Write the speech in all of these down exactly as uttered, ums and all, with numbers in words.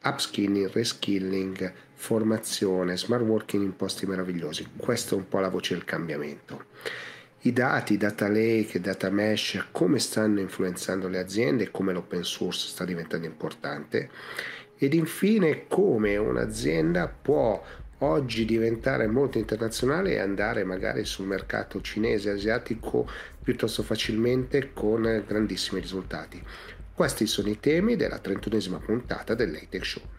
upskilling, reskilling, formazione, smart working in posti meravigliosi. Questa è un po' la voce del cambiamento. I dati, data lake, data mesh, come stanno influenzando le aziende e come l'open source sta diventando importante. Ed infine come un'azienda può oggi diventare molto internazionale e andare magari sul mercato cinese, asiatico piuttosto facilmente con grandissimi risultati. Questi sono i temi della trentunesima puntata del Late Tech Show.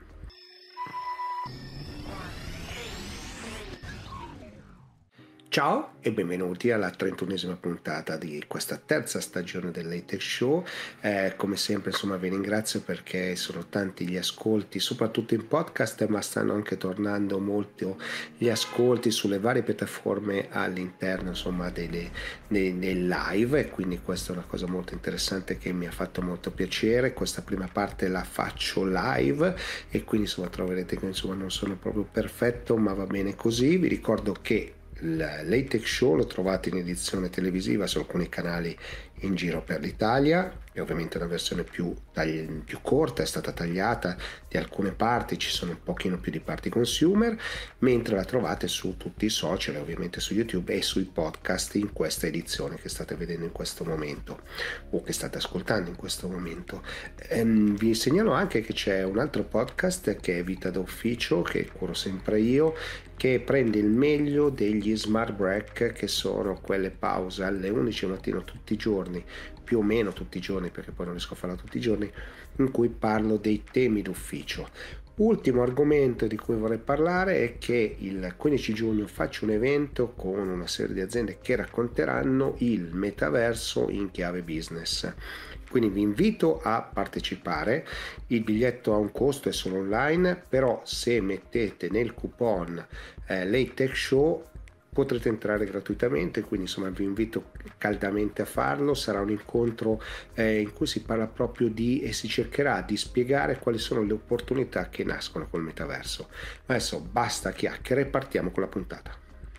Ciao e benvenuti alla trentunesima puntata di questa terza stagione del Late Tech Show. Eh, come sempre, insomma, vi ringrazio perché sono tanti gli ascolti, soprattutto in podcast, ma stanno anche tornando molto gli ascolti sulle varie piattaforme all'interno, insomma, delle, dei, dei live, e quindi questa è una cosa molto interessante che mi ha fatto molto piacere. Questa prima parte la faccio live e quindi insomma troverete che insomma non sono proprio perfetto, ma va bene così. Vi ricordo che il Late Tech Show lo trovate in edizione televisiva su alcuni canali in giro per l'Italia, e ovviamente una versione più, tagli- più corta, è stata tagliata di alcune parti, ci sono un pochino più di parti consumer, mentre la trovate su tutti i social, ovviamente su YouTube e sui podcast in questa edizione che state vedendo in questo momento o che state ascoltando in questo momento. Ehm, vi segnalo anche che c'è un altro podcast che è Vita d'Ufficio, che curo sempre io, che prende il meglio degli smart break, che sono quelle pause alle undici del mattino tutti i giorni, più o meno tutti i giorni, perché poi non riesco a farlo tutti i giorni, in cui parlo dei temi d'ufficio. Ultimo argomento di cui vorrei parlare è che il quindici giugno faccio un evento con una serie di aziende che racconteranno il metaverso in chiave business. Quindi vi invito a partecipare. Il biglietto ha un costo, è solo online, però se mettete nel coupon eh, Late Tech Show potrete entrare gratuitamente, quindi insomma vi invito caldamente a farlo. Sarà un incontro eh, in cui si parla proprio di e si cercherà di spiegare quali sono le opportunità che nascono col metaverso. Adesso basta chiacchiere, partiamo con la puntata.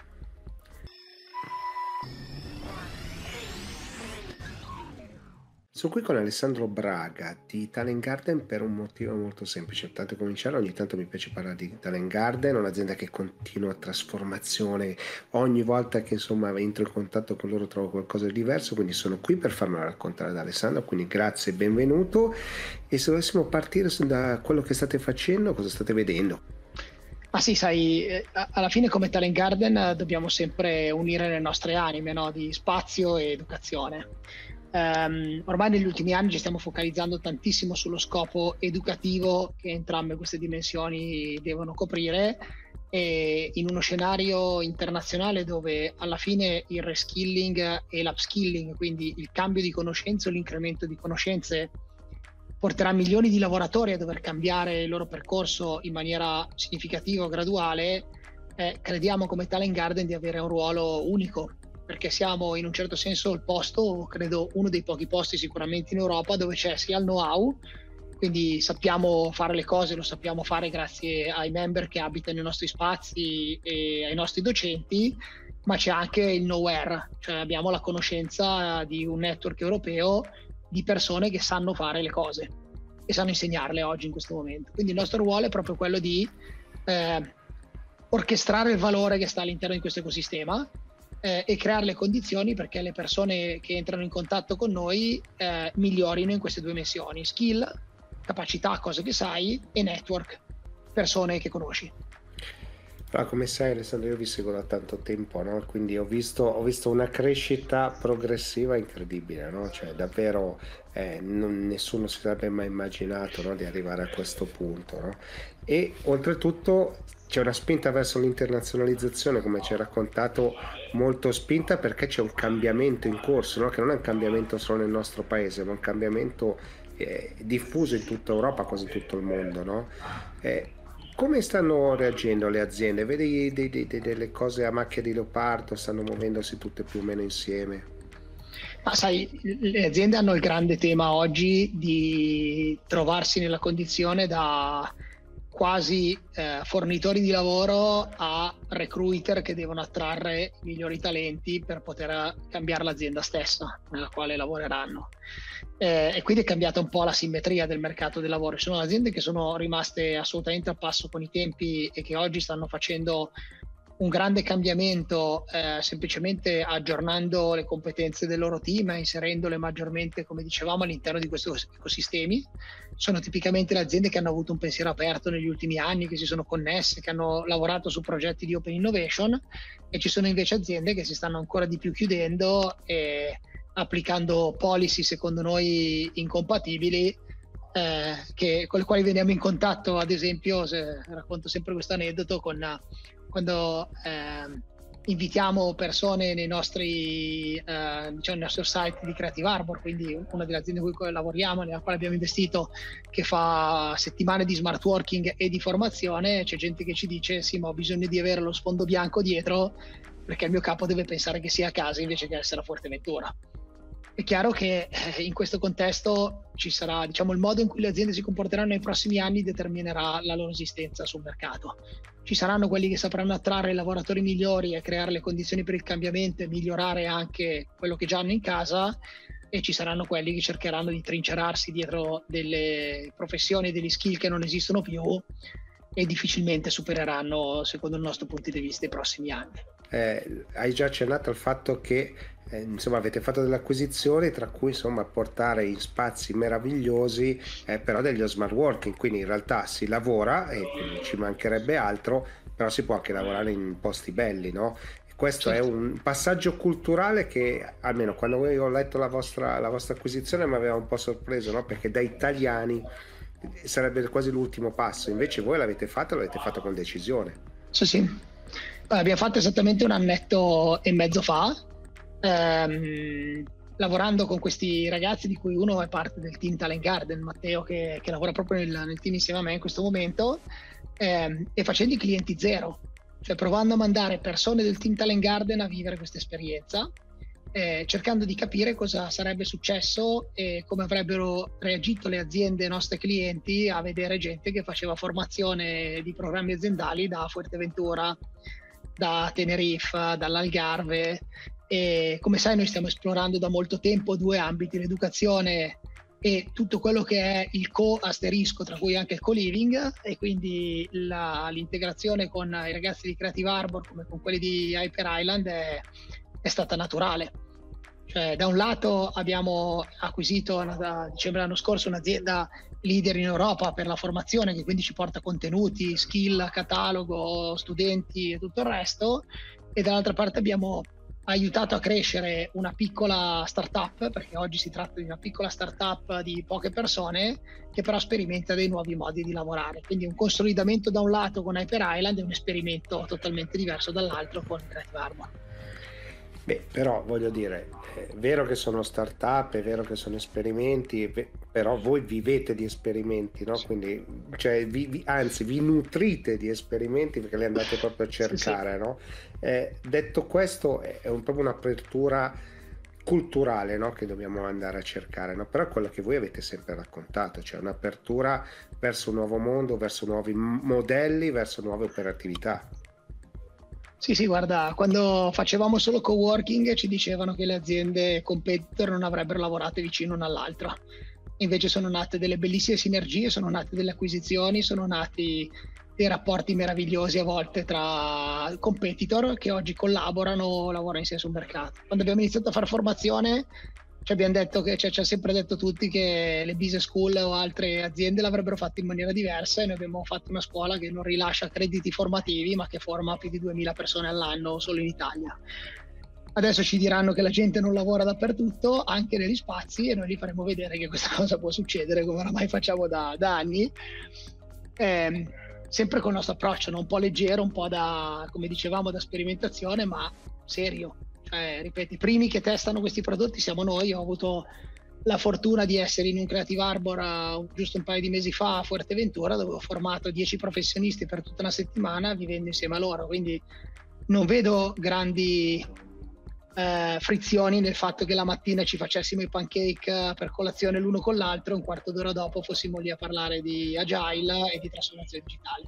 Sono qui con Alessandro Braga di Talent Garden per un motivo molto semplice. Tanto cominciare, ogni tanto mi piace parlare di Talent Garden, un'azienda che continua a trasformazione. Ogni volta che insomma entro in contatto con loro trovo qualcosa di diverso, quindi sono qui per farmelo raccontare da Alessandro, quindi grazie e benvenuto. E se dovessimo partire da quello che state facendo, cosa state vedendo? Ma sì, sai, alla fine come Talent Garden dobbiamo sempre unire le nostre anime, no? Di spazio e educazione. Um, ormai negli ultimi anni ci stiamo focalizzando tantissimo sullo scopo educativo che entrambe queste dimensioni devono coprire, e in uno scenario internazionale dove alla fine il reskilling e l'upskilling, quindi il cambio di conoscenze o l'incremento di conoscenze, porterà milioni di lavoratori a dover cambiare il loro percorso in maniera significativa o graduale, eh, crediamo come Talent Garden di avere un ruolo unico, perché siamo in un certo senso il posto, credo uno dei pochi posti sicuramente in Europa dove c'è sia il know-how, quindi sappiamo fare le cose, lo sappiamo fare grazie ai member che abitano nei nostri spazi e ai nostri docenti, ma c'è anche il nowhere, cioè abbiamo la conoscenza di un network europeo di persone che sanno fare le cose e sanno insegnarle oggi in questo momento. Quindi il nostro ruolo è proprio quello di eh, orchestrare il valore che sta all'interno di questo ecosistema Eh, e creare le condizioni perché le persone che entrano in contatto con noi eh, migliorino in queste due missioni: skill, capacità, cose che sai, e network, persone che conosci. Però come sai Alessandro, io vi seguo da tanto tempo, no? Quindi ho visto, ho visto una crescita progressiva incredibile, no? Cioè davvero eh, non, nessuno si sarebbe mai immaginato, no? Di arrivare a questo punto, no? E oltretutto c'è una spinta verso l'internazionalizzazione, come ci hai raccontato, molto spinta, perché c'è un cambiamento in corso, no? Che non è un cambiamento solo nel nostro paese, ma un cambiamento eh, diffuso in tutta Europa, quasi in tutto il mondo, no? Eh, come stanno reagendo le aziende? Vedi dei, dei, dei, delle cose a macchia di leopardo, stanno muovendosi tutte più o meno insieme? Ma sai, le aziende hanno il grande tema oggi di trovarsi nella condizione da quasi eh, fornitori di lavoro a recruiter che devono attrarre i migliori talenti per poter cambiare l'azienda stessa nella quale lavoreranno. Eh, e quindi è cambiata un po' la simmetria del mercato del lavoro. Ci sono aziende che sono rimaste assolutamente a passo con i tempi e che oggi stanno facendo un grande cambiamento, eh, semplicemente aggiornando le competenze del loro team, inserendole maggiormente, come dicevamo, all'interno di questi ecosistemi. Sono tipicamente le aziende che hanno avuto un pensiero aperto negli ultimi anni, che si sono connesse, che hanno lavorato su progetti di open innovation, e ci sono invece aziende che si stanno ancora di più chiudendo e applicando policy secondo noi incompatibili, eh, che, con le quali veniamo in contatto. Ad esempio, se, racconto sempre questo aneddoto, con quando eh, invitiamo persone nei nostri, eh, diciamo, nei nostri site di Creative Arbor, quindi una delle aziende con cui lavoriamo, nella quale abbiamo investito, che fa settimane di smart working e di formazione. C'è gente che ci dice: sì, ma ho bisogno di avere lo sfondo bianco dietro perché il mio capo deve pensare che sia a casa invece che essere a Fuerteventura. È chiaro che in questo contesto ci sarà, diciamo, il modo in cui le aziende si comporteranno nei prossimi anni determinerà la loro esistenza sul mercato. Ci saranno quelli che sapranno attrarre i lavoratori migliori e creare le condizioni per il cambiamento e migliorare anche quello che già hanno in casa, e ci saranno quelli che cercheranno di trincerarsi dietro delle professioni e degli skill che non esistono più e difficilmente supereranno, secondo il nostro punto di vista, i prossimi anni. Eh, hai già accennato al fatto che eh, insomma avete fatto delle acquisizioni, tra cui insomma portare in spazi meravigliosi eh, però degli smart working, quindi in realtà si lavora e quindi ci mancherebbe altro, però si può anche lavorare in posti belli, no? Questo certo. È un passaggio culturale che, almeno quando ho letto la vostra, la vostra acquisizione, mi aveva un po' sorpreso, no? Perché da italiani sarebbe quasi l'ultimo passo, invece voi l'avete fatto, l'avete fatto con decisione. Sì, sì. Abbiamo fatto esattamente un annetto e mezzo fa, ehm, lavorando con questi ragazzi, di cui uno è parte del team Talent Garden, Matteo, che, che lavora proprio nel, nel team insieme a me in questo momento, ehm, e facendo i clienti zero, cioè provando a mandare persone del team Talent Garden a vivere questa esperienza, eh, cercando di capire cosa sarebbe successo e come avrebbero reagito le aziende nostre clienti a vedere gente che faceva formazione di programmi aziendali da Fuerteventura, da Tenerife, dall'Algarve. E come sai, noi stiamo esplorando da molto tempo due ambiti: l'educazione e tutto quello che è il co-asterisco, tra cui anche il co-living, e quindi la, l'integrazione con i ragazzi di Creative Arbor come con quelli di Hyper Island è, è stata naturale. Cioè, da un lato abbiamo acquisito a dicembre l'anno scorso un'azienda leader in Europa per la formazione, che quindi ci porta contenuti, skill, catalogo, studenti e tutto il resto, e dall'altra parte abbiamo aiutato a crescere una piccola startup, perché oggi si tratta di una piccola startup di poche persone che però sperimenta dei nuovi modi di lavorare. Quindi un consolidamento da un lato con Hyper Island e un esperimento totalmente diverso dall'altro con Creative Arbor. Beh, però voglio dire, è vero che sono start-up, è vero che sono esperimenti, però voi vivete di esperimenti, no? Quindi, cioè, vi, vi, anzi, vi nutrite di esperimenti perché li andate proprio a cercare, sì, sì. No? Eh, detto questo, è un, proprio un'apertura culturale, no? Che dobbiamo andare a cercare, no? Però è quello che voi avete sempre raccontato, cioè un'apertura verso un nuovo mondo, verso nuovi modelli, verso nuove operatività. Sì, sì, guarda, quando facevamo solo coworking ci dicevano che le aziende competitor non avrebbero lavorato vicino una all'altra. Invece sono nate delle bellissime sinergie, sono nate delle acquisizioni, sono nati dei rapporti meravigliosi a volte tra competitor che oggi collaborano, lavorano insieme sul mercato. Quando abbiamo iniziato a fare formazione ci abbiamo detto che, cioè, ci ha sempre detto tutti che le business school o altre aziende l'avrebbero fatto in maniera diversa, e noi abbiamo fatto una scuola che non rilascia crediti formativi ma che forma più di duemila persone all'anno solo in Italia. Adesso ci diranno che la gente non lavora dappertutto, anche negli spazi, e noi gli faremo vedere che questa cosa può succedere, come oramai facciamo da, da anni, eh, sempre con il nostro approccio, no? Un po' leggero, un po' da, come dicevamo, da sperimentazione, ma serio. Cioè, ripeto, i primi che testano questi prodotti siamo noi. Ho avuto la fortuna di essere in un Creative Arbor uh, giusto un paio di mesi fa a Fuerteventura, dove ho formato dieci professionisti per tutta una settimana vivendo insieme a loro, quindi non vedo grandi eh, frizioni nel fatto che la mattina ci facessimo i pancake per colazione l'uno con l'altro e un quarto d'ora dopo fossimo lì a parlare di agile e di trasformazione digitale.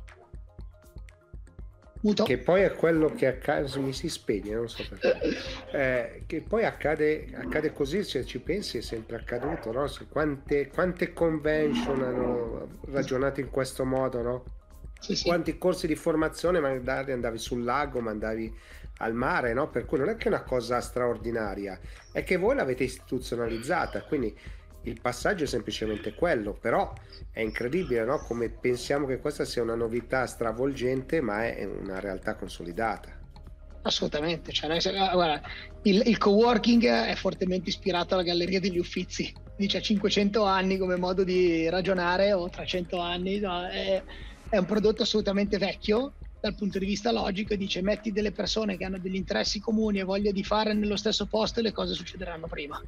Muto. Che poi è quello che accade, mi si spegne, non so perché, eh, che poi accade, accade così, se ci pensi è sempre accaduto, no? Quante, quante convention hanno ragionato in questo modo, no? Sì, sì. Quanti corsi di formazione magari andavi sul lago, ma andavi al mare, no? Per cui non è che è una cosa straordinaria, è che voi l'avete istituzionalizzata, quindi il passaggio è semplicemente quello, però è incredibile, no? Come pensiamo che questa sia una novità stravolgente, ma è una realtà consolidata. Assolutamente, cioè, guarda, il, il coworking è fortemente ispirato alla Galleria degli Uffizi, dice cinquecento anni come modo di ragionare o trecento anni, no? è, è un prodotto assolutamente vecchio dal punto di vista logico e dice metti delle persone che hanno degli interessi comuni e voglia di fare nello stesso posto e le cose succederanno prima.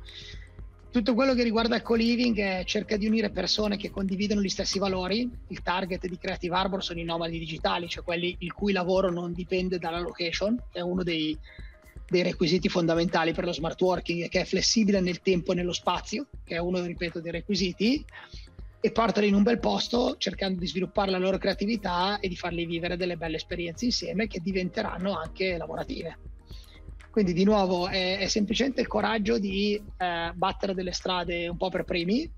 Tutto quello che riguarda il co-living è, cerca di unire persone che condividono gli stessi valori. Il target di Creative Arbor sono i nomadi digitali, cioè quelli il cui lavoro non dipende dalla location, che è uno dei, dei requisiti fondamentali per lo smart working, che è flessibile nel tempo e nello spazio, che è uno, ripeto, dei requisiti, e portali in un bel posto cercando di sviluppare la loro creatività e di farli vivere delle belle esperienze insieme che diventeranno anche lavorative. Quindi di nuovo è, è semplicemente il coraggio di eh, battere delle strade un po' per primi,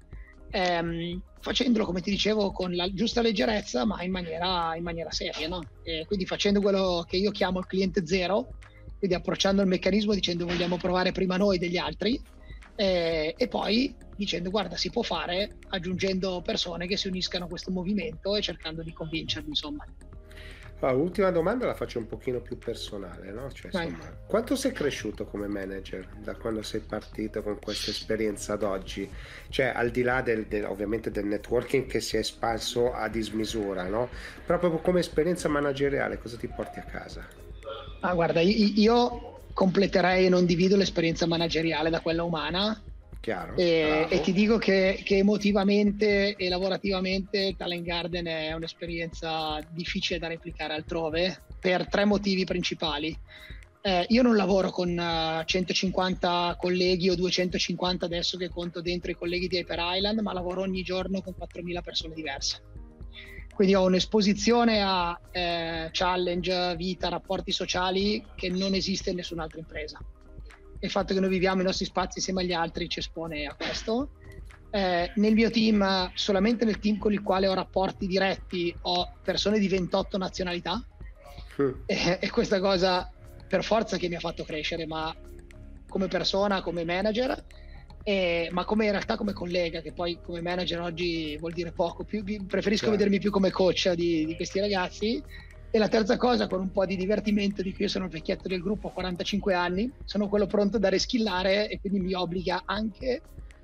ehm, facendolo, come ti dicevo, con la giusta leggerezza, ma in maniera, in maniera seria, no? E quindi facendo quello che io chiamo il cliente zero, quindi approcciando il meccanismo dicendo vogliamo provare prima noi degli altri, eh, e poi dicendo guarda si può fare, aggiungendo persone che si uniscano a questo movimento e cercando di convincerli, insomma. Allora, l'ultima domanda la faccio un pochino più personale, no? Cioè, insomma, quanto sei cresciuto come manager da quando sei partito con questa esperienza ad oggi? Cioè, al di là del, del, ovviamente del networking che si è espanso a dismisura, no? Però proprio come esperienza manageriale, cosa ti porti a casa? Ah, guarda, io completerei e non divido l'esperienza manageriale da quella umana. Chiaro, e, e ti dico che, che emotivamente e lavorativamente Talent Garden è un'esperienza difficile da replicare altrove per tre motivi principali. Eh, io non lavoro con uh, centocinquanta colleghi o duecentocinquanta adesso che conto dentro i colleghi di Hyper Island, ma lavoro ogni giorno con quattromila persone diverse. Quindi ho un'esposizione a eh, challenge, vita, rapporti sociali che non esiste in nessun'altra impresa. Il fatto che noi viviamo i nostri spazi insieme agli altri ci espone a questo. Eh, nel mio team, solamente nel team con il quale ho rapporti diretti, ho persone di ventotto nazionalità mm. e, e questa cosa per forza che mi ha fatto crescere, ma come persona, come manager, e, ma come in realtà come collega, che poi come manager oggi vuol dire poco, più, più, preferisco yeah. vedermi più come coach di, di questi ragazzi. E la terza cosa, con un po' di divertimento, di cui io sono il vecchietto del gruppo, ho quarantacinque anni, sono quello pronto da reskillare e quindi mi obbliga anche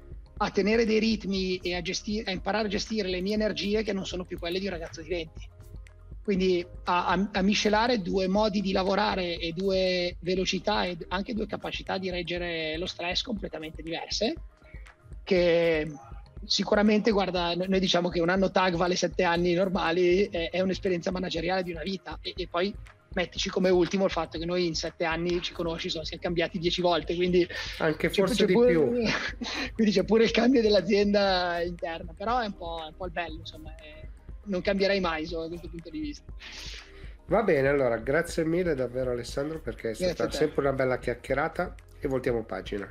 a tenere dei ritmi e a, gestire, a imparare a gestire le mie energie che non sono più quelle di un ragazzo di venti. Quindi a, a, a miscelare due modi di lavorare e due velocità e anche due capacità di reggere lo stress completamente diverse, che sicuramente, guarda, noi diciamo che un anno tag vale sette anni normali, è, è un'esperienza manageriale di una vita, e, e poi mettici come ultimo il fatto che noi in sette anni ci conosci, sono, siamo cambiati dieci volte, quindi anche forse c'è di pure, più quindi c'è pure il cambio dell'azienda interna, però è un po', è un po' il bello, insomma, è, non cambierei mai da questo punto di vista. Va bene, allora grazie mille davvero Alessandro, perché è stata sempre una bella chiacchierata e voltiamo pagina.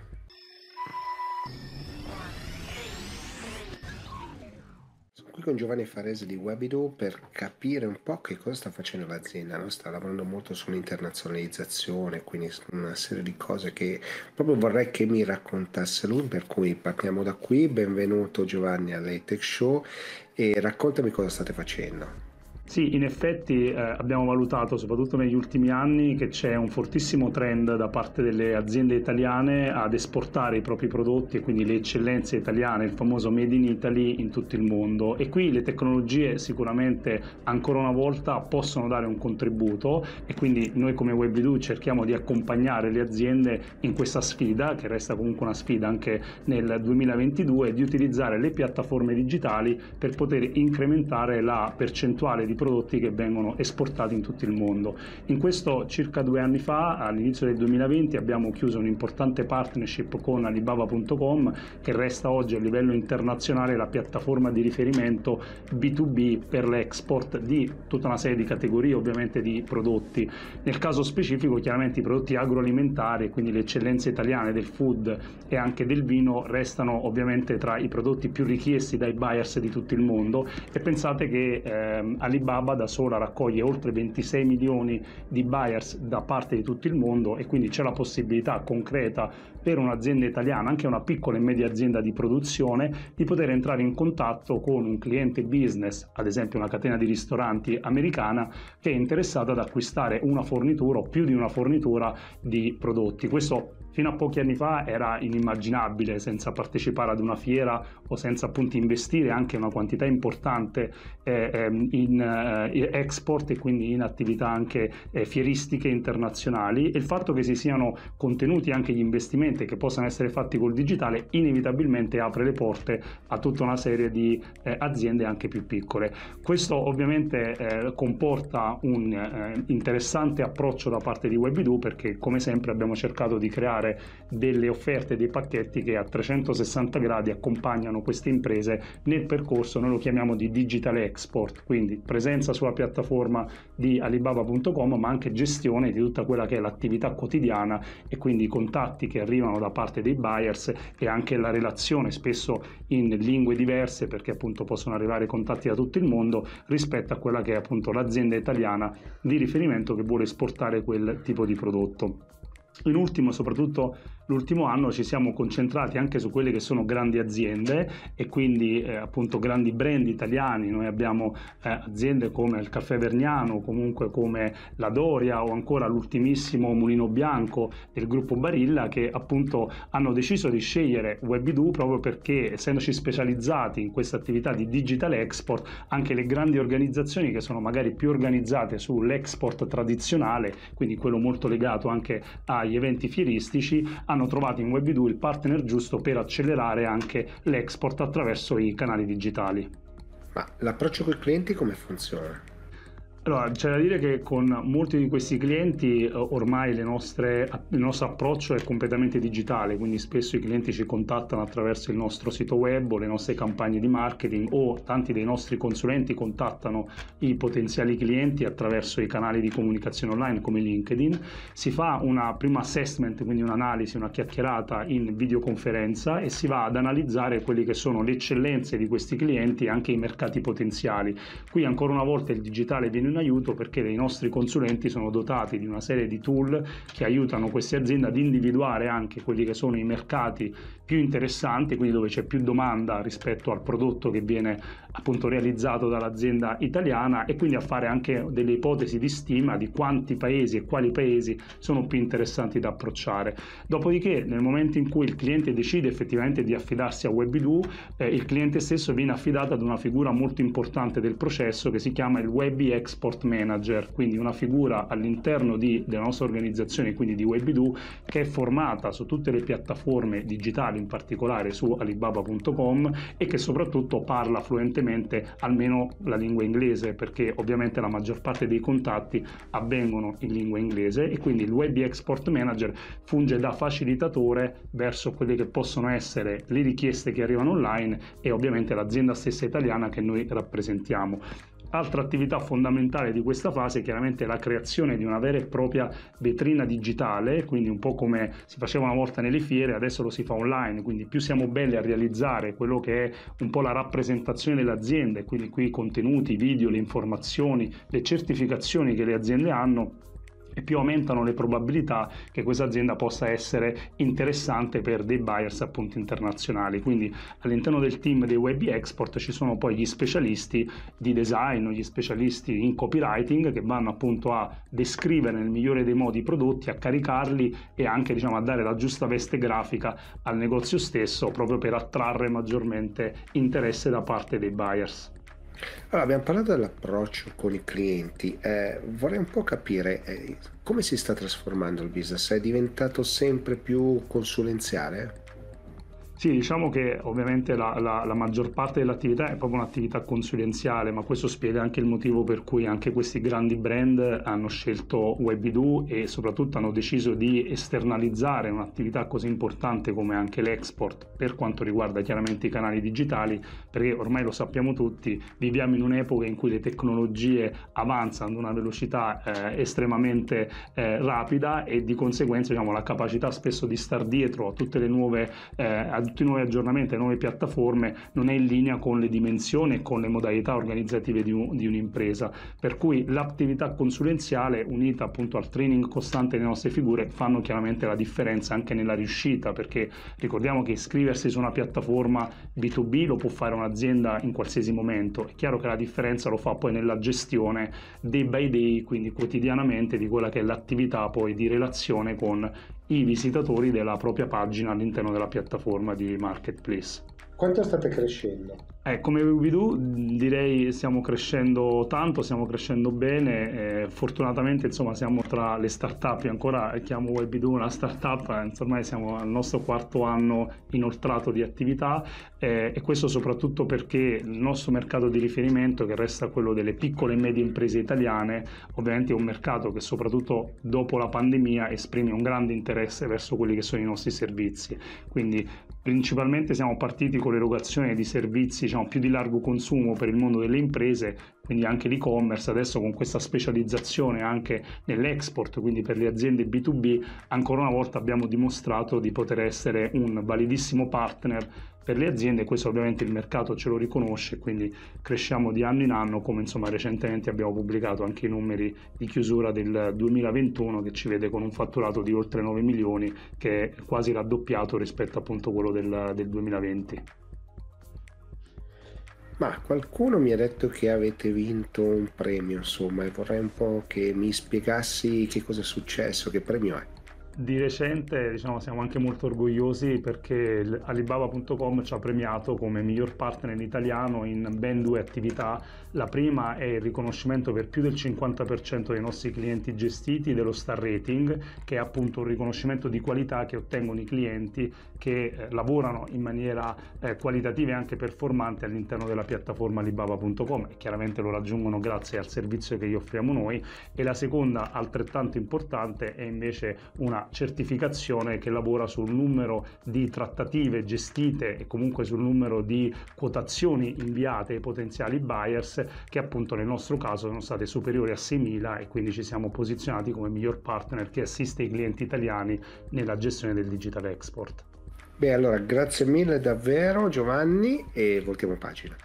Qui con Giovanni Farese di Webido per capire un po' che cosa sta facendo l'azienda, no? Sta lavorando molto sull'internazionalizzazione, quindi una serie di cose che proprio vorrei che mi raccontasse lui, per cui partiamo da qui. Benvenuto Giovanni all'A-Tech Show e raccontami cosa state facendo. Sì, in effetti eh, abbiamo valutato, soprattutto negli ultimi anni, che c'è un fortissimo trend da parte delle aziende italiane ad esportare i propri prodotti e quindi le eccellenze italiane, il famoso Made in Italy, in tutto il mondo. E qui le tecnologie sicuramente ancora una volta possono dare un contributo, e quindi noi come Webido cerchiamo di accompagnare le aziende in questa sfida, che resta comunque una sfida anche nel duemilaventidue, di utilizzare le piattaforme digitali per poter incrementare la percentuale di di prodotti che vengono esportati in tutto il mondo. In questo, circa due anni fa, all'inizio del duemilaventi, abbiamo chiuso un'importante partnership con Alibaba punto com, che resta oggi a livello internazionale la piattaforma di riferimento B due B per l'export di tutta una serie di categorie, ovviamente di prodotti. Nel caso specifico, chiaramente i prodotti agroalimentari, quindi le eccellenze italiane del food e anche del vino, restano ovviamente tra i prodotti più richiesti dai buyers di tutto il mondo, e pensate che ehm, Alibaba da sola raccoglie oltre ventisei milioni di buyers da parte di tutto il mondo, e quindi c'è la possibilità concreta per un'azienda italiana, anche una piccola e media azienda di produzione, di poter entrare in contatto con un cliente business, ad esempio una catena di ristoranti americana, che è interessata ad acquistare una fornitura o più di una fornitura di prodotti. Questo fino a pochi anni fa era inimmaginabile, senza partecipare ad una fiera o senza appunto investire anche una quantità importante eh, in eh, export e quindi in attività anche eh, fieristiche internazionali. E il fatto che si siano contenuti anche gli investimenti che possano essere fatti col digitale inevitabilmente apre le porte a tutta una serie di eh, aziende anche più piccole. Questo ovviamente eh, comporta un eh, interessante approccio da parte di Webidoo, perché come sempre abbiamo cercato di creare delle offerte, dei pacchetti che a trecentosessanta gradi accompagnano queste imprese nel percorso. Noi lo chiamiamo di digital export, quindi presenza sulla piattaforma di Alibaba punto com, ma anche gestione di tutta quella che è l'attività quotidiana, e quindi i contatti che arrivano da parte dei buyers e anche la relazione, spesso in lingue diverse, perché appunto possono arrivare contatti da tutto il mondo, rispetto a quella che è appunto l'azienda italiana di riferimento che vuole esportare quel tipo di prodotto. In ultimo, soprattutto l'ultimo anno, ci siamo concentrati anche su quelle che sono grandi aziende, e quindi eh, appunto grandi brand italiani. Noi abbiamo eh, aziende come il Caffè Vergnano, comunque come la Doria, o ancora l'ultimissimo Mulino Bianco del gruppo Barilla, che appunto hanno deciso di scegliere Webidoo proprio perché, essendoci specializzati in questa attività di digital export, anche le grandi organizzazioni che sono magari più organizzate sull'export tradizionale, quindi quello molto legato anche agli eventi fieristici, hanno trovato in Webidoo il partner giusto per accelerare anche l'export attraverso i canali digitali. Ma l'approccio con i clienti come funziona? Allora, c'è da dire che con molti di questi clienti ormai le nostre, il nostro approccio è completamente digitale, quindi spesso i clienti ci contattano attraverso il nostro sito web o le nostre campagne di marketing, o tanti dei nostri consulenti contattano i potenziali clienti attraverso i canali di comunicazione online come LinkedIn. Si fa una prima assessment, quindi un'analisi, una chiacchierata in videoconferenza, e si va ad analizzare quelle che sono le eccellenze di questi clienti e anche i mercati potenziali. Qui ancora una volta il digitale viene in aiuto, perché i nostri consulenti sono dotati di una serie di tool che aiutano queste aziende ad individuare anche quelli che sono i mercati più interessanti, quindi dove c'è più domanda rispetto al prodotto che viene appunto realizzato dall'azienda italiana, e quindi a fare anche delle ipotesi di stima di quanti paesi e quali paesi sono più interessanti da approcciare. Dopodiché, nel momento in cui il cliente decide effettivamente di affidarsi a Webidoo, eh, il cliente stesso viene affidato ad una figura molto importante del processo che si chiama il Webby Export Manager, quindi una figura all'interno di, della nostra organizzazione, quindi di Webidoo, che è formata su tutte le piattaforme digitali, in particolare su Alibaba punto com, e che soprattutto parla fluentemente almeno la lingua inglese, perché ovviamente la maggior parte dei contatti avvengono in lingua inglese, e quindi il Webby Export Manager funge da facilitatore verso quelle che possono essere le richieste che arrivano online e ovviamente l'azienda stessa italiana che noi rappresentiamo. Altra attività fondamentale di questa fase è chiaramente la creazione di una vera e propria vetrina digitale, quindi un po' come si faceva una volta nelle fiere, adesso lo si fa online, quindi più siamo belli a realizzare quello che è un po' la rappresentazione delle aziende, quindi qui i contenuti, i video, le informazioni, le certificazioni che le aziende hanno, e più aumentano le probabilità che questa azienda possa essere interessante per dei buyers appunto internazionali. Quindi all'interno del team dei Webby Export ci sono poi gli specialisti di design o gli specialisti in copywriting che vanno appunto a descrivere nel migliore dei modi i prodotti, a caricarli e anche diciamo a dare la giusta veste grafica al negozio stesso, proprio per attrarre maggiormente interesse da parte dei buyers. Allora, abbiamo parlato dell'approccio con i clienti, eh, vorrei un po' capire eh, come si sta trasformando il business. È diventato sempre più consulenziale? Sì, diciamo che ovviamente la, la, la maggior parte dell'attività è proprio un'attività consulenziale, ma questo spiega anche il motivo per cui anche questi grandi brand hanno scelto Webidoo e soprattutto hanno deciso di esternalizzare un'attività così importante come anche l'export per quanto riguarda chiaramente i canali digitali, perché ormai lo sappiamo tutti, viviamo in un'epoca in cui le tecnologie avanzano ad una velocità eh, estremamente eh, rapida e di conseguenza diciamo, la capacità spesso di star dietro a tutte le nuove eh, tutti i nuovi aggiornamenti e nuove piattaforme non è in linea con le dimensioni e con le modalità organizzative di, un, di un'impresa, per cui l'attività consulenziale unita appunto al training costante delle nostre figure fanno chiaramente la differenza anche nella riuscita, perché ricordiamo che iscriversi su una piattaforma B due B lo può fare un'azienda in qualsiasi momento, è chiaro che la differenza lo fa poi nella gestione day by day, quindi quotidianamente, di quella che è l'attività poi di relazione con i visitatori della propria pagina all'interno della piattaforma di marketplace. Quanto state crescendo? Eh, come Webidoo direi stiamo crescendo tanto, stiamo crescendo bene, eh, fortunatamente insomma siamo tra le start-up, io ancora chiamo Webidoo una start-up, eh, ormai siamo al nostro quarto anno inoltrato di attività eh, e questo soprattutto perché il nostro mercato di riferimento, che resta quello delle piccole e medie imprese italiane, ovviamente è un mercato che soprattutto dopo la pandemia esprime un grande interesse verso quelli che sono i nostri servizi, quindi principalmente siamo partiti con l'erogazione di servizi diciamo, più di largo consumo per il mondo delle imprese, quindi anche l'e-commerce. Adesso con questa specializzazione anche nell'export, quindi per le aziende B due B, ancora una volta abbiamo dimostrato di poter essere un validissimo partner per le aziende. Questo ovviamente il mercato ce lo riconosce, quindi cresciamo di anno in anno, come insomma recentemente abbiamo pubblicato anche i numeri di chiusura del duemilaventuno, che ci vede con un fatturato di oltre nove milioni, che è quasi raddoppiato rispetto appunto a quello del, del duemilaventi. Ma qualcuno mi ha detto che avete vinto un premio, insomma, e vorrei un po' che mi spiegassi che cosa è successo, che premio è. Di recente diciamo, siamo anche molto orgogliosi perché Alibaba punto com ci ha premiato come miglior partner italiano in ben due attività. La prima è il riconoscimento per più del cinquanta per cento dei nostri clienti gestiti dello Star Rating, che è appunto un riconoscimento di qualità che ottengono i clienti che eh, lavorano in maniera eh, qualitativa e anche performante all'interno della piattaforma Alibaba punto com, e chiaramente lo raggiungono grazie al servizio che gli offriamo noi. E la seconda, altrettanto importante, è invece una certificazione che lavora sul numero di trattative gestite e comunque sul numero di quotazioni inviate ai potenziali buyers, che appunto nel nostro caso sono state superiori a seimila, e quindi ci siamo posizionati come miglior partner che assiste i clienti italiani nella gestione del digital export. Beh, allora grazie mille davvero Giovanni, e voltiamo pagina.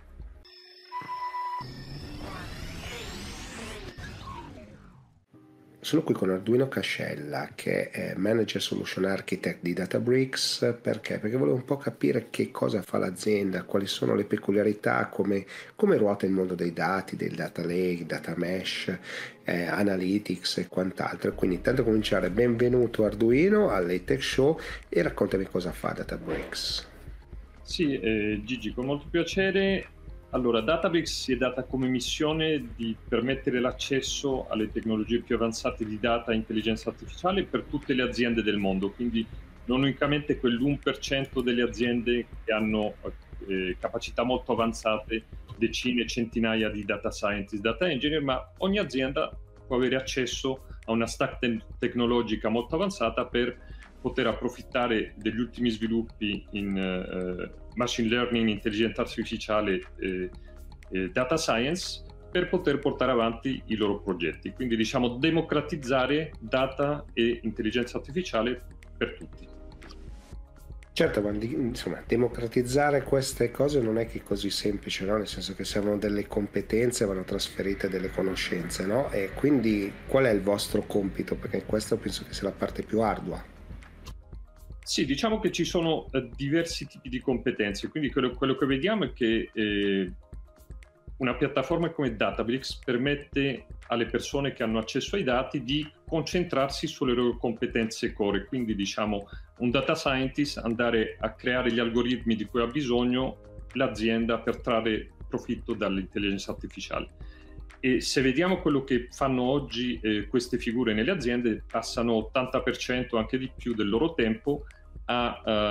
Sono qui con Arduino Cascella, che è Manager Solution Architect di Databricks. Perché? Perché volevo un po' capire che cosa fa l'azienda, quali sono le peculiarità, come, come ruota il mondo dei dati, del data lake, data mesh, eh, analytics e quant'altro. Quindi intanto cominciare, benvenuto Arduino all'A-Tech Show, e raccontami cosa fa Databricks. Sì, eh, Gigi, con molto piacere. Allora, Databricks si è data come missione di permettere l'accesso alle tecnologie più avanzate di data e intelligenza artificiale per tutte le aziende del mondo, quindi non unicamente quell'uno per cento delle aziende che hanno eh, capacità molto avanzate, decine, centinaia di data scientist, data engineer, ma ogni azienda può avere accesso a una stack te- tecnologica molto avanzata per poter approfittare degli ultimi sviluppi in uh, machine learning, intelligenza artificiale e eh, eh, data science, per poter portare avanti i loro progetti. Quindi diciamo democratizzare data e intelligenza artificiale per tutti. Certo, ma insomma, democratizzare queste cose non è che è così semplice, no? Nel senso che servono delle competenze, vanno trasferite delle conoscenze, no? E quindi qual è il vostro compito? Perché questa penso che sia la parte più ardua. Sì, diciamo che ci sono eh, diversi tipi di competenze, quindi quello, quello che vediamo è che eh, una piattaforma come Databricks permette alle persone che hanno accesso ai dati di concentrarsi sulle loro competenze core, quindi diciamo un data scientist andare a creare gli algoritmi di cui ha bisogno l'azienda per trarre profitto dall'intelligenza artificiale. E se vediamo quello che fanno oggi eh, queste figure nelle aziende, passano ottanta per cento, anche di più, del loro tempo a uh,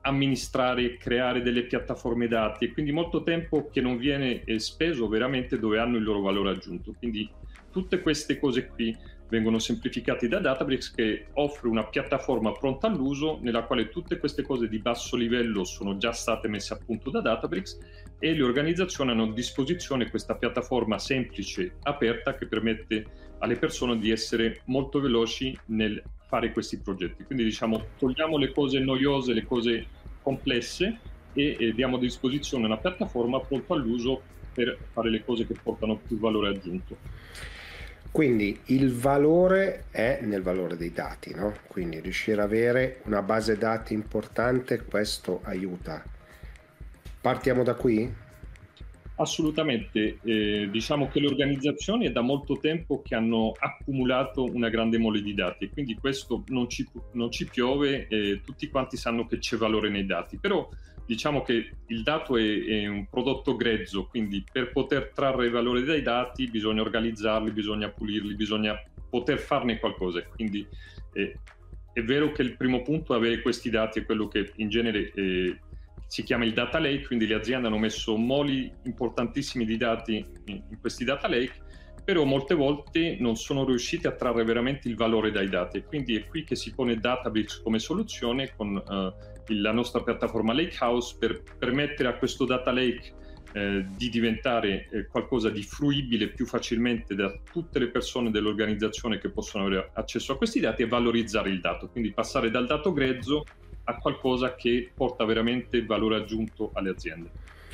amministrare, creare delle piattaforme dati, e quindi molto tempo che non viene speso veramente dove hanno il loro valore aggiunto. Quindi tutte queste cose qui vengono semplificate da Databricks, che offre una piattaforma pronta all'uso nella quale tutte queste cose di basso livello sono già state messe a punto da Databricks, e le organizzazioni hanno a disposizione questa piattaforma semplice, aperta, che permette alle persone di essere molto veloci nel fare questi progetti. Quindi diciamo, togliamo le cose noiose, le cose complesse, e, e diamo a disposizione una piattaforma pronta all'uso per fare le cose che portano più valore aggiunto. Quindi il valore è nel valore dei dati, no? Quindi riuscire ad avere una base dati importante, questo aiuta. Partiamo da qui? Assolutamente, eh, diciamo che le organizzazioni è da molto tempo che hanno accumulato una grande mole di dati, quindi questo non ci, non ci piove, eh, tutti quanti sanno che c'è valore nei dati, però diciamo che il dato è, è un prodotto grezzo, quindi per poter trarre valore dai dati bisogna organizzarli, bisogna pulirli, bisogna poter farne qualcosa. Quindi eh, è vero che il primo punto è avere questi dati, è quello che in genere eh, si chiama il data lake, quindi le aziende hanno messo moli importantissimi di dati in, in questi data lake, però molte volte non sono riusciti a trarre veramente il valore dai dati, e quindi è qui che si pone Databricks come soluzione con uh, il, la nostra piattaforma Lakehouse, per permettere a questo data lake eh, di diventare eh, qualcosa di fruibile più facilmente da tutte le persone dell'organizzazione che possono avere accesso a questi dati, e valorizzare il dato, quindi passare dal dato grezzo a qualcosa che porta veramente valore aggiunto alle aziende.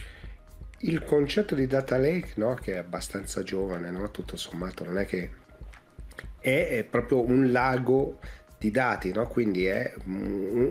Il concetto di data lake, no, che è abbastanza giovane, no, tutto sommato, non è che è, è proprio un lago di dati, no? Quindi è un,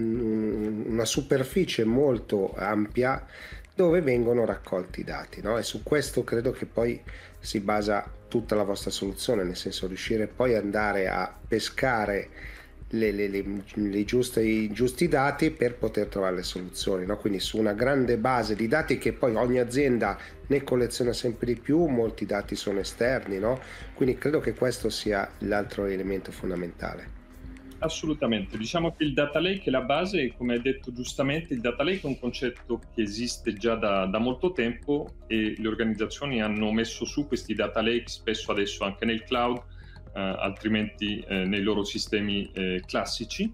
un, una superficie molto ampia dove vengono raccolti i dati, no? E su questo credo che poi si basa tutta la vostra soluzione, nel senso riuscire poi ad andare a pescare Le, le, le, le giuste, i giusti dati per poter trovare le soluzioni, no? Quindi su una grande base di dati che poi ogni azienda ne colleziona sempre di più, molti dati sono esterni, no? Quindi credo che questo sia l'altro elemento fondamentale. Assolutamente, diciamo che il data lake è la base, come hai detto giustamente. Il data lake è un concetto che esiste già da, da molto tempo, e le organizzazioni hanno messo su questi data lake spesso adesso anche nel cloud, Uh, altrimenti uh, nei loro sistemi uh, classici,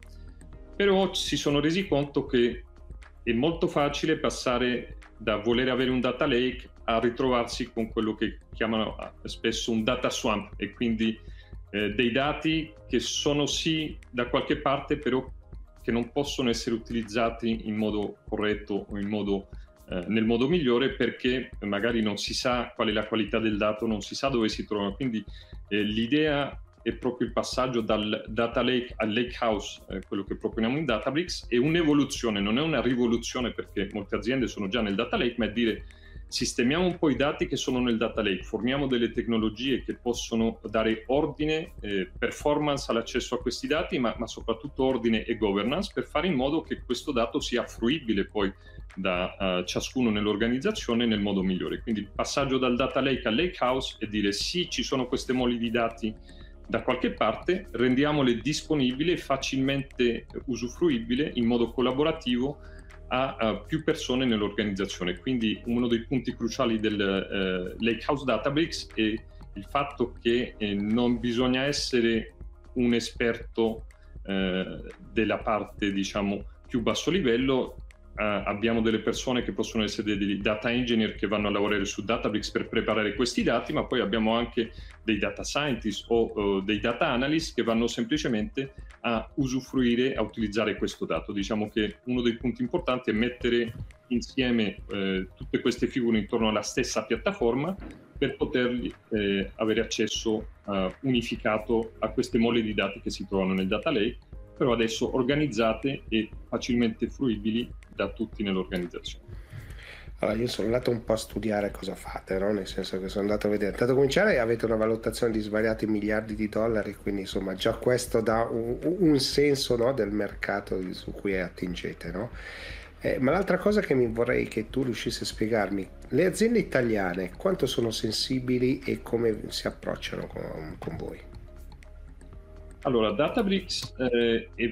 però si sono resi conto che è molto facile passare da voler avere un data lake a ritrovarsi con quello che chiamano spesso un data swamp, e quindi uh, dei dati che sono sì da qualche parte, però che non possono essere utilizzati in modo corretto o in modo Uh, nel modo migliore, perché magari non si sa qual è la qualità del dato, non si sa dove si trova. Quindi eh, l'idea è proprio il passaggio dal data lake al lakehouse, eh, quello che proponiamo in Databricks, è un'evoluzione, non è una rivoluzione, perché molte aziende sono già nel data lake, ma è dire: sistemiamo un po' i dati che sono nel data lake, forniamo delle tecnologie che possono dare ordine, eh, performance all'accesso a questi dati, ma, ma soprattutto ordine e governance, per fare in modo che questo dato sia fruibile poi da uh, ciascuno nell'organizzazione nel modo migliore. Quindi il passaggio dal data lake al lakehouse è dire: sì, ci sono queste moli di dati da qualche parte, rendiamole disponibili e facilmente usufruibile in modo collaborativo a, a più persone nell'organizzazione. Quindi uno dei punti cruciali del uh, Lakehouse Databricks è il fatto che eh, non bisogna essere un esperto eh, della parte, diciamo, più basso livello. Uh, abbiamo delle persone che possono essere dei data engineer che vanno a lavorare su Databricks per preparare questi dati, ma poi abbiamo anche dei data scientist o uh, dei data analyst che vanno semplicemente a usufruire, a utilizzare questo dato. Diciamo che uno dei punti importanti è mettere insieme eh, tutte queste figure intorno alla stessa piattaforma per poter eh, avere accesso uh, unificato a queste mole di dati che si trovano nel data lake, però adesso organizzate e facilmente fruibili da tutti nell'organizzazione. Allora, io sono andato un po' a studiare cosa fate, no? Nel senso che sono andato a vedere, tanto cominciare avete una valutazione di svariati miliardi di dollari, quindi insomma già questo dà un, un senso, no, del mercato su cui attingete, no? Eh, ma l'altra cosa che mi vorrei che tu riuscissi a spiegarmi: le aziende italiane quanto sono sensibili e come si approcciano con, con voi? Allora, Databricks eh, è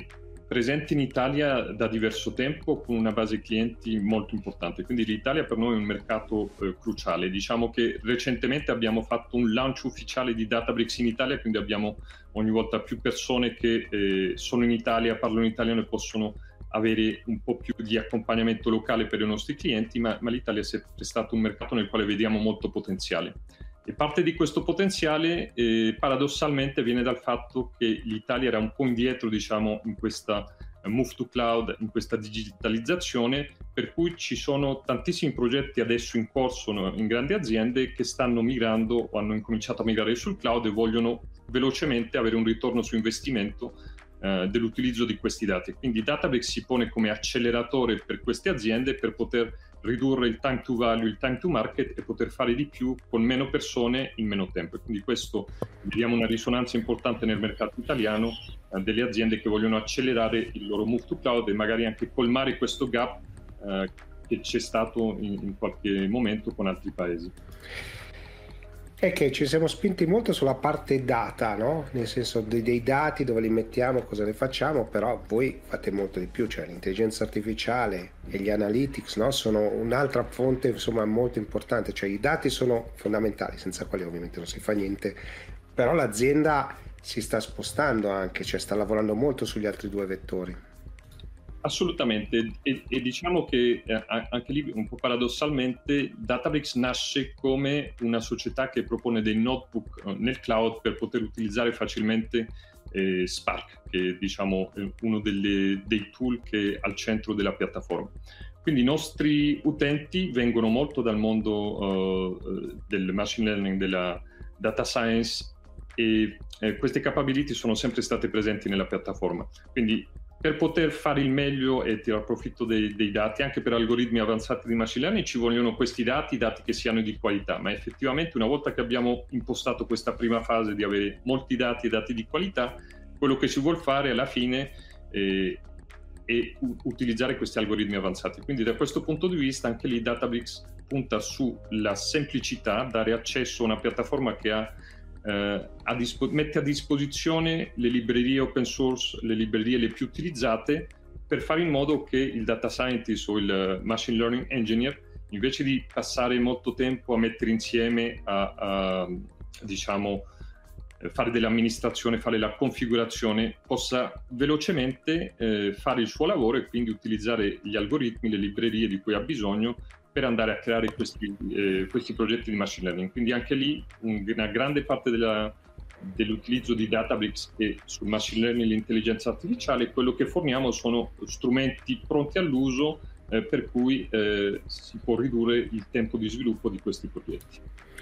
presente in Italia da diverso tempo con una base clienti molto importante, quindi l'Italia per noi è un mercato eh, cruciale. Diciamo che recentemente abbiamo fatto un launch ufficiale di Databricks in Italia, quindi abbiamo ogni volta più persone che eh, sono in Italia, parlano italiano e possono avere un po' più di accompagnamento locale per i nostri clienti, ma, ma l'Italia è sempre stato un mercato nel quale vediamo molto potenziale. E parte di questo potenziale eh, paradossalmente viene dal fatto che l'Italia era un po' indietro, diciamo, in questa uh, move to cloud, in questa digitalizzazione, per cui ci sono tantissimi progetti adesso in corso no, in grandi aziende che stanno migrando o hanno incominciato a migrare sul cloud e vogliono velocemente avere un ritorno su investimento uh, dell'utilizzo di questi dati. Quindi Databricks si pone come acceleratore per queste aziende per poter ridurre il time to value, il time to market e poter fare di più con meno persone in meno tempo. E quindi questo vediamo una risonanza importante nel mercato italiano eh, delle aziende che vogliono accelerare il loro move to cloud e magari anche colmare questo gap eh, che c'è stato in, in qualche momento con altri paesi. È che ci siamo spinti molto sulla parte data, no? Nel senso dei, dei dati, dove li mettiamo, cosa ne facciamo, però voi fate molto di più, cioè l'intelligenza artificiale e gli analytics, no? Sono un'altra fonte insomma molto importante, cioè i dati sono fondamentali, senza quali ovviamente non si fa niente, però l'azienda si sta spostando anche, cioè sta lavorando molto sugli altri due vettori. Assolutamente, e, e diciamo che eh, anche lì un po' paradossalmente Databricks nasce come una società che propone dei notebook eh, nel cloud per poter utilizzare facilmente eh, Spark, che è diciamo è uno delle, dei tool che è al centro della piattaforma. Quindi i nostri utenti vengono molto dal mondo uh, del machine learning, della data science e eh, queste capability sono sempre state presenti nella piattaforma. Quindi per poter fare il meglio e tirare profitto dei, dei dati, anche per algoritmi avanzati di machine learning, ci vogliono questi dati, dati che siano di qualità, ma effettivamente una volta che abbiamo impostato questa prima fase di avere molti dati e dati di qualità, quello che si vuol fare alla fine eh, è u- utilizzare questi algoritmi avanzati. Quindi da questo punto di vista anche lì Databricks punta sulla semplicità, dare accesso a una piattaforma che ha Uh, a dispo- mette a disposizione le librerie open source, le librerie le più utilizzate per fare in modo che il data scientist o il machine learning engineer, invece di passare molto tempo a mettere insieme, a, a diciamo fare dell'amministrazione, fare la configurazione, possa velocemente eh, fare il suo lavoro e quindi utilizzare gli algoritmi, le librerie di cui ha bisogno per andare a creare questi, eh, questi progetti di machine learning. Quindi anche lì un, una grande parte della, dell'utilizzo di Databricks e sul machine learning e l'intelligenza artificiale, quello che forniamo sono strumenti pronti all'uso eh, per cui eh, si può ridurre il tempo di sviluppo di questi progetti.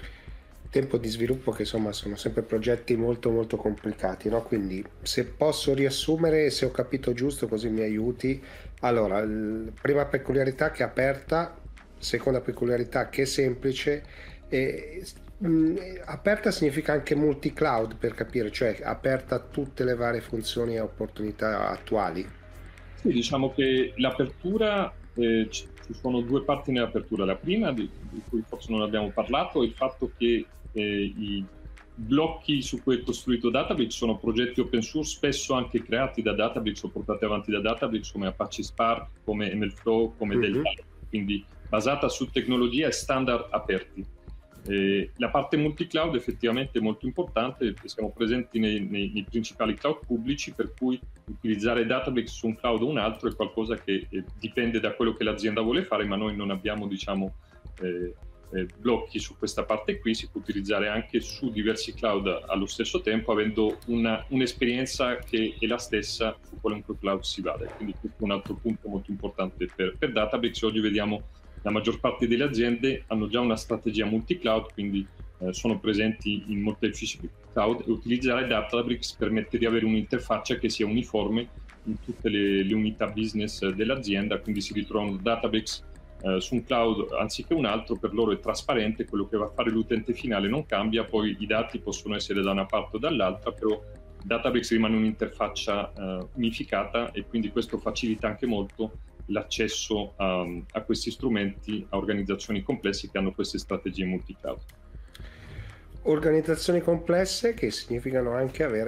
Tempo di sviluppo che insomma sono sempre progetti molto molto complicati, no? Quindi se posso riassumere, se ho capito giusto così mi aiuti, allora l- prima peculiarità che è aperta, seconda peculiarità che è semplice, e, mh, aperta significa anche multi-cloud, per capire, cioè aperta a tutte le varie funzioni e opportunità attuali. Sì, diciamo che l'apertura, eh, ci sono due parti nell'apertura. La prima, di, di cui forse non abbiamo parlato, è il fatto che eh, i blocchi su cui è costruito Databricks sono progetti open source, spesso anche creati da Databricks o portati avanti da Databricks, come Apache Spark, come MLflow, come mm-hmm. Delta, quindi basata su tecnologie e standard aperti. Eh, la parte multi-cloud effettivamente è molto importante, siamo presenti nei, nei, nei principali cloud pubblici, per cui utilizzare Databricks su un cloud o un altro è qualcosa che eh, dipende da quello che l'azienda vuole fare, ma noi non abbiamo diciamo eh, eh, blocchi su questa parte qui. Si può utilizzare anche su diversi cloud allo stesso tempo, avendo una, un'esperienza che è la stessa su qualunque cloud si vada. Quindi questo è un altro punto molto importante per, per Databricks. Oggi vediamo la maggior parte delle aziende hanno già una strategia multi-cloud, quindi eh, sono presenti in molteplici cloud, e utilizzare Databricks permette di avere un'interfaccia che sia uniforme in tutte le, le unità business dell'azienda, quindi si ritrovano Databricks eh, su un cloud anziché un altro, per loro è trasparente, quello che va a fare l'utente finale non cambia, poi i dati possono essere da una parte o dall'altra, però Databricks rimane un'interfaccia eh, unificata, e quindi questo facilita anche molto l'accesso a, a questi strumenti a organizzazioni complesse che hanno queste strategie multi-cloud. Organizzazioni complesse che significano anche avere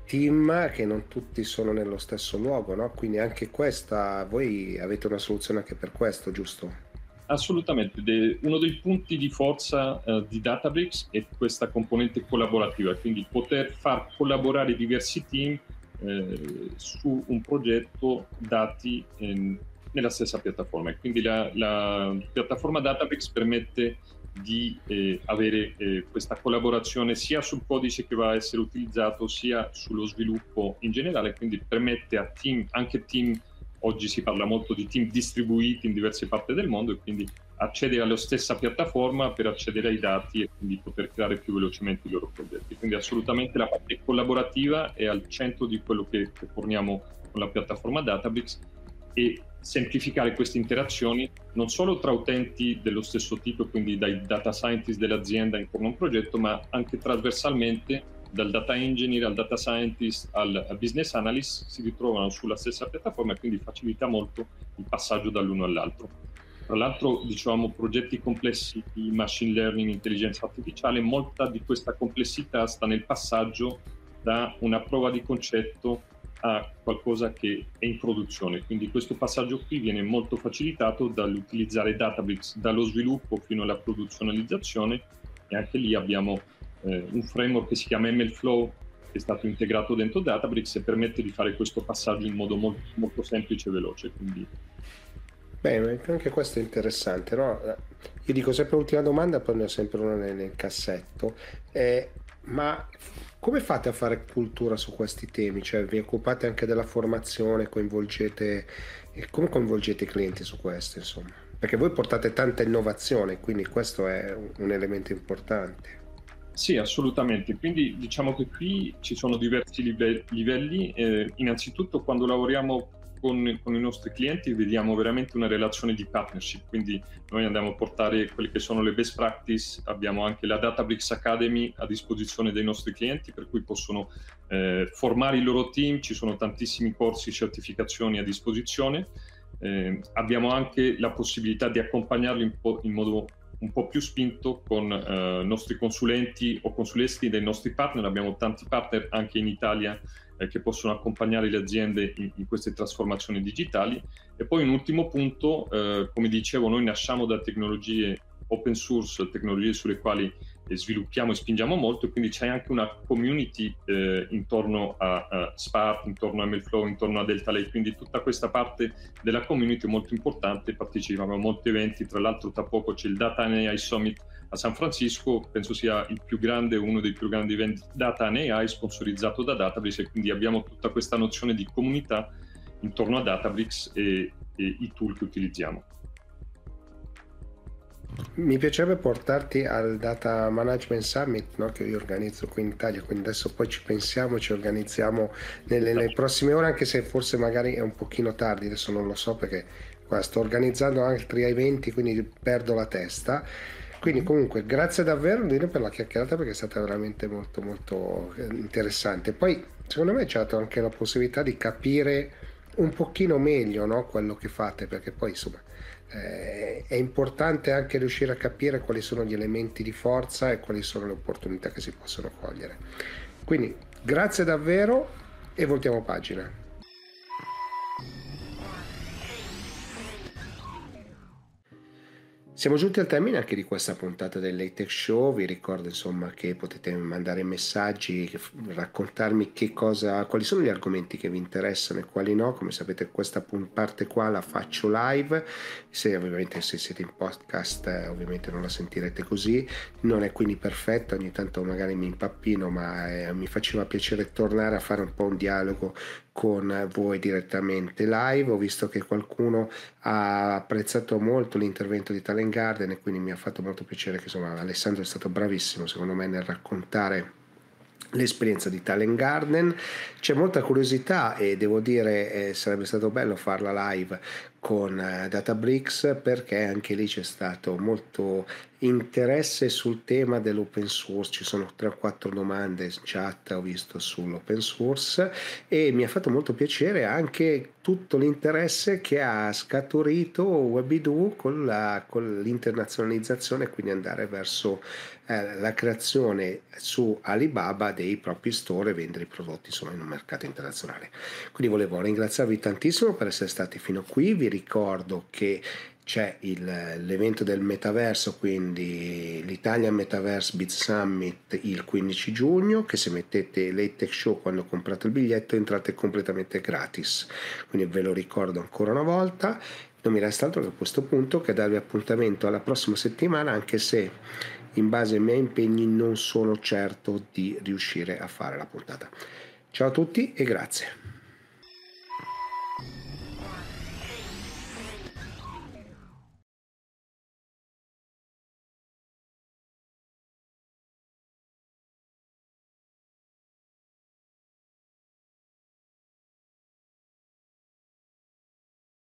team che non tutti sono nello stesso luogo, no? Quindi anche questa, voi avete una soluzione anche per questo, giusto? Assolutamente, De, uno dei punti di forza uh, di Databricks è questa componente collaborativa, quindi poter far collaborare diversi team eh, su un progetto dati eh, nella stessa piattaforma. Quindi la, la piattaforma Databricks permette di eh, avere eh, questa collaborazione sia sul codice che va a essere utilizzato sia sullo sviluppo in generale, quindi permette a team, anche team. Oggi si parla molto di team distribuiti in diverse parti del mondo e quindi accedere alla stessa piattaforma per accedere ai dati e quindi poter creare più velocemente i loro progetti. Quindi assolutamente la parte collaborativa è al centro di quello che, che forniamo con la piattaforma Databricks, e semplificare queste interazioni non solo tra utenti dello stesso tipo, quindi dai data scientist dell'azienda intorno a un progetto, ma anche trasversalmente dal data engineer al data scientist al business analyst si ritrovano sulla stessa piattaforma, e quindi facilita molto il passaggio dall'uno all'altro. Tra l'altro, diciamo, progetti complessi di machine learning, intelligenza artificiale, molta di questa complessità sta nel passaggio da una prova di concetto a qualcosa che è in produzione. Quindi questo passaggio qui viene molto facilitato dall'utilizzare Databricks dallo sviluppo fino alla produzionalizzazione, e anche lì abbiamo eh, un framework che si chiama MLflow, che è stato integrato dentro Databricks e permette di fare questo passaggio in modo molto, molto semplice e veloce. Quindi... Beh, anche questo è interessante, no? Io dico sempre l'ultima domanda, poi ne ho sempre una nel, nel cassetto. Eh, ma come fate a fare cultura su questi temi? Cioè, vi occupate anche della formazione, coinvolgete, come coinvolgete i clienti su questo, insomma? Perché voi portate tanta innovazione, quindi questo è un, un elemento importante. Sì, assolutamente. Quindi diciamo che qui ci sono diversi live- livelli. Eh, innanzitutto, quando lavoriamo con, con i nostri clienti, vediamo veramente una relazione di partnership. Quindi noi andiamo a portare quelle che sono le best practice. Abbiamo anche la Databricks Academy a disposizione dei nostri clienti, per cui possono eh, formare il loro team. Ci sono tantissimi corsi, certificazioni a disposizione. Eh, abbiamo anche la possibilità di accompagnarli in, po- in modo un po' più spinto con eh, nostri consulenti o consulenti dei nostri partner. Abbiamo tanti partner anche in Italia eh, che possono accompagnare le aziende in, in queste trasformazioni digitali. E poi un ultimo punto, eh, come dicevo, noi nasciamo da tecnologie open source, tecnologie sulle quali eh, sviluppiamo e spingiamo molto, e quindi c'è anche una community eh, intorno a, a Spark, intorno a MLflow, intorno a Delta Lake, quindi tutta questa parte della community è molto importante. Partecipiamo a molti eventi, tra l'altro tra poco c'è il Data and A I Summit a San Francisco, penso sia il più grande, uno dei più grandi eventi Data and A I sponsorizzato da Databricks, e quindi abbiamo tutta questa nozione di comunità intorno a Databricks e, e i tool che utilizziamo. Mi piacerebbe portarti al Data Management Summit, no? Che io organizzo qui in Italia, quindi adesso poi ci pensiamo, ci organizziamo nelle, nelle prossime ore, anche se forse magari è un pochino tardi, adesso non lo so perché qua sto organizzando altri eventi, quindi perdo la testa. Quindi comunque grazie davvero Lino per la chiacchierata, perché è stata veramente molto molto interessante. Poi secondo me c'è dato anche la possibilità di capire un pochino meglio, no? Quello che fate, perché poi insomma eh, è importante anche riuscire a capire quali sono gli elementi di forza e quali sono le opportunità che si possono cogliere. Quindi grazie davvero e voltiamo pagina. Siamo giunti al termine anche di questa puntata del LaTeX Show. Vi ricordo insomma che potete mandare messaggi, raccontarmi che cosa, quali sono gli argomenti che vi interessano e quali no. Come sapete questa parte qua la faccio live, se ovviamente se siete in podcast eh, ovviamente non la sentirete così, non è quindi perfetta, ogni tanto magari mi impappino, ma eh, mi faceva piacere tornare a fare un po' un dialogo con voi direttamente live. Ho visto che qualcuno ha apprezzato molto l'intervento di Talent Garden e quindi mi ha fatto molto piacere che insomma Alessandro è stato bravissimo secondo me nel raccontare l'esperienza di Talent Garden. C'è molta curiosità e devo dire eh, sarebbe stato bello farla live con uh, Databricks, perché anche lì c'è stato molto interesse sul tema dell'open source. Ci sono tre o quattro domande in chat, ho visto, sull'open source, e mi ha fatto molto piacere anche tutto l'interesse che ha scaturito Webidoo con, la, con l'internazionalizzazione, quindi andare verso eh, la creazione su Alibaba dei propri store e vendere i prodotti insomma in un mercato internazionale. Quindi volevo ringraziarvi tantissimo per essere stati fino qui. Vi ricordo che c'è il, l'evento del metaverso, quindi l'Italian Metaverse Biz Summit il quindici giugno, che se mettete Late Tech Show quando comprate il biglietto entrate completamente gratis, quindi ve lo ricordo ancora una volta. Non mi resta altro che a questo punto che darvi appuntamento alla prossima settimana, anche se in base ai miei impegni non sono certo di riuscire a fare la puntata. Ciao a tutti e grazie.